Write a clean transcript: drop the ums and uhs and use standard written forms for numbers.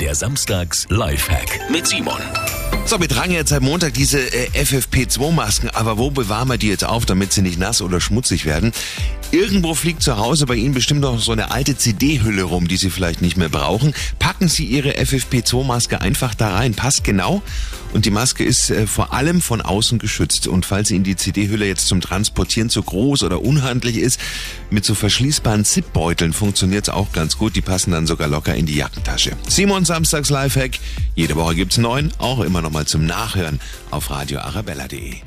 Der Samstags-Lifehack mit Simon. So, wir tragen jetzt seit Montag diese FFP2-Masken, aber wo bewahren wir die jetzt auf, damit sie nicht nass oder schmutzig werden? Irgendwo fliegt zu Hause bei Ihnen bestimmt noch so eine alte CD-Hülle rum, die Sie vielleicht nicht mehr brauchen. Packen Sie Ihre FFP2-Maske einfach da rein, passt genau. Und die Maske ist vor allem von außen geschützt. Und falls Ihnen die CD-Hülle jetzt zum Transportieren zu groß oder unhandlich ist, mit so verschließbaren Zipbeuteln funktioniert es auch ganz gut. Die passen dann sogar locker in die Jackentasche. Simon Samstags Lifehack. Jede Woche gibt's 9, auch immer noch mal zum Nachhören auf radioarabella.de.